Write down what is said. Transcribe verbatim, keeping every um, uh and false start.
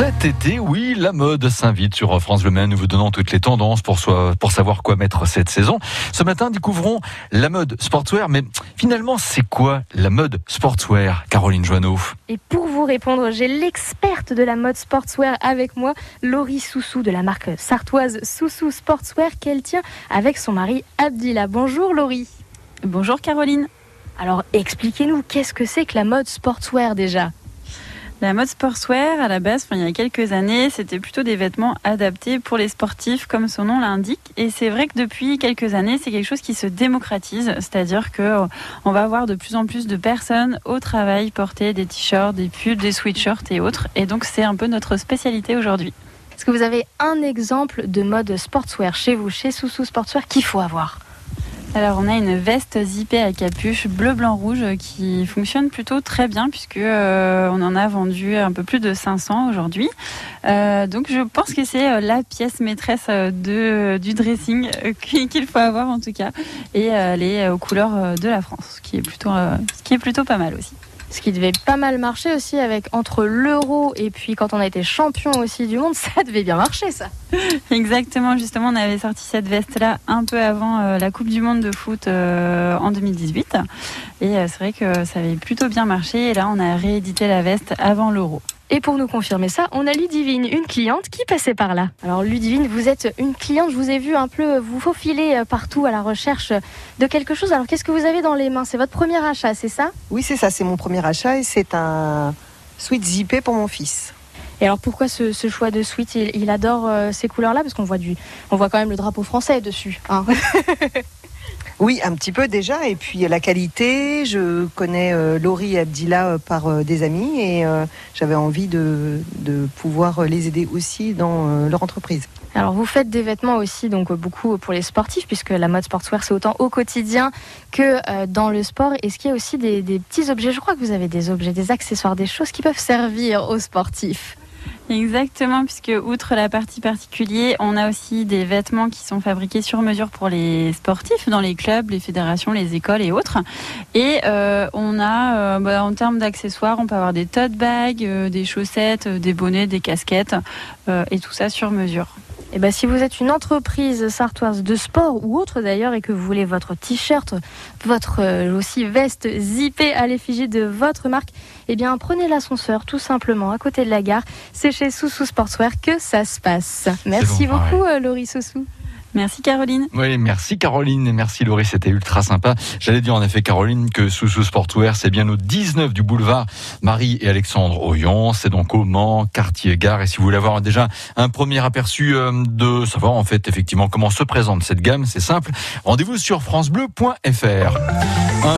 Cet été, oui, la mode s'invite sur France Bleu Maine. Nous vous donnons toutes les tendances pour, so- pour savoir quoi mettre cette saison. Ce matin, découvrons la mode sportswear. Mais finalement, c'est quoi la mode sportswear, Caroline Joanneau? Et pour vous répondre, j'ai l'experte de la mode sportswear avec moi, Laurie Soussou de la marque sartoise Soussou Sportswear qu'elle tient avec son mari Abdillah. Bonjour Laurie. Bonjour Caroline. Alors expliquez-nous, qu'est-ce que c'est que la mode sportswear déjà ? La mode sportswear, à la base, enfin, il y a quelques années, c'était plutôt des vêtements adaptés pour les sportifs, comme son nom l'indique. Et c'est vrai que depuis quelques années, c'est quelque chose qui se démocratise. C'est-à-dire qu'on va avoir de plus en plus de personnes au travail porter des t-shirts, des pulls, des sweatshirts et autres. Et donc, c'est un peu notre spécialité aujourd'hui. Est-ce que vous avez un exemple de mode sportswear chez vous, chez Soussou Sportswear, qu'il faut avoir ? Alors on a une veste zippée à capuche bleu, blanc, rouge qui fonctionne plutôt très bien puisque euh, on en a vendu un peu plus de cinq cents aujourd'hui. Euh, donc je pense que c'est la pièce maîtresse de, du dressing qu'il faut avoir en tout cas. Et elle est aux couleurs de la France, ce qui est plutôt, euh, ce qui est plutôt pas mal aussi. Ce qui devait pas mal marcher aussi avec entre l'euro et puis quand on a été champion aussi du monde, ça devait bien marcher ça. Exactement, justement on avait sorti cette veste-là un peu avant euh, la Coupe du Monde de foot euh, en deux mille dix-huit. Et euh, c'est vrai que ça avait plutôt bien marché et là on a réédité la veste avant l'euro. Et pour nous confirmer ça, on a Ludivine, une cliente qui passait par là. Alors Ludivine, vous êtes une cliente, je vous ai vu un peu vous faufiler partout à la recherche de quelque chose. Alors qu'est-ce que vous avez dans les mains ? C'est votre premier achat, c'est ça ? Oui, c'est ça, c'est mon premier achat et c'est un sweat zippé pour mon fils. Et alors pourquoi ce, ce choix de sweat ? il, il adore euh, ces couleurs-là parce qu'on voit, du, on voit quand même le drapeau français dessus. Hein. Oui, un petit peu déjà. Et puis la qualité, je connais euh, Laurie et Abdillah euh, par euh, des amis et euh, j'avais envie de, de pouvoir les aider aussi dans euh, leur entreprise. Alors vous faites des vêtements aussi, donc beaucoup pour les sportifs, puisque la mode sportswear c'est autant au quotidien que euh, dans le sport. Est-ce qu'il y a aussi des, des petits objets ? Je crois que vous avez des objets, des accessoires, des choses qui peuvent servir aux sportifs. Exactement, puisque outre la partie particulier, on a aussi des vêtements qui sont fabriqués sur mesure pour les sportifs dans les clubs, les fédérations, les écoles et autres. Et euh, on a, euh, bah, en termes d'accessoires, on peut avoir des tote bags, euh, des chaussettes, euh, des bonnets, des casquettes euh, et tout ça sur mesure. Et ben, si vous êtes une entreprise sartoise de sport ou autre d'ailleurs et que vous voulez votre t-shirt, votre euh, aussi veste zippée à l'effigie de votre marque, eh bien prenez l'ascenseur tout simplement à côté de la gare. C'est chez Soussou Sportswear que ça se passe. Merci bon, beaucoup ouais. euh, Laurie Soussou. Merci Caroline. Oui, merci Caroline et merci Laurie, c'était ultra sympa. J'allais dire en effet Caroline que Soussou Sportswear, c'est bien au dix-neuf du boulevard Marie et Alexandre Oyon, c'est donc au Mans, quartier Gare. Et si vous voulez avoir déjà un premier aperçu de savoir en fait effectivement comment se présente cette gamme, c'est simple, rendez-vous sur francebleu point fr.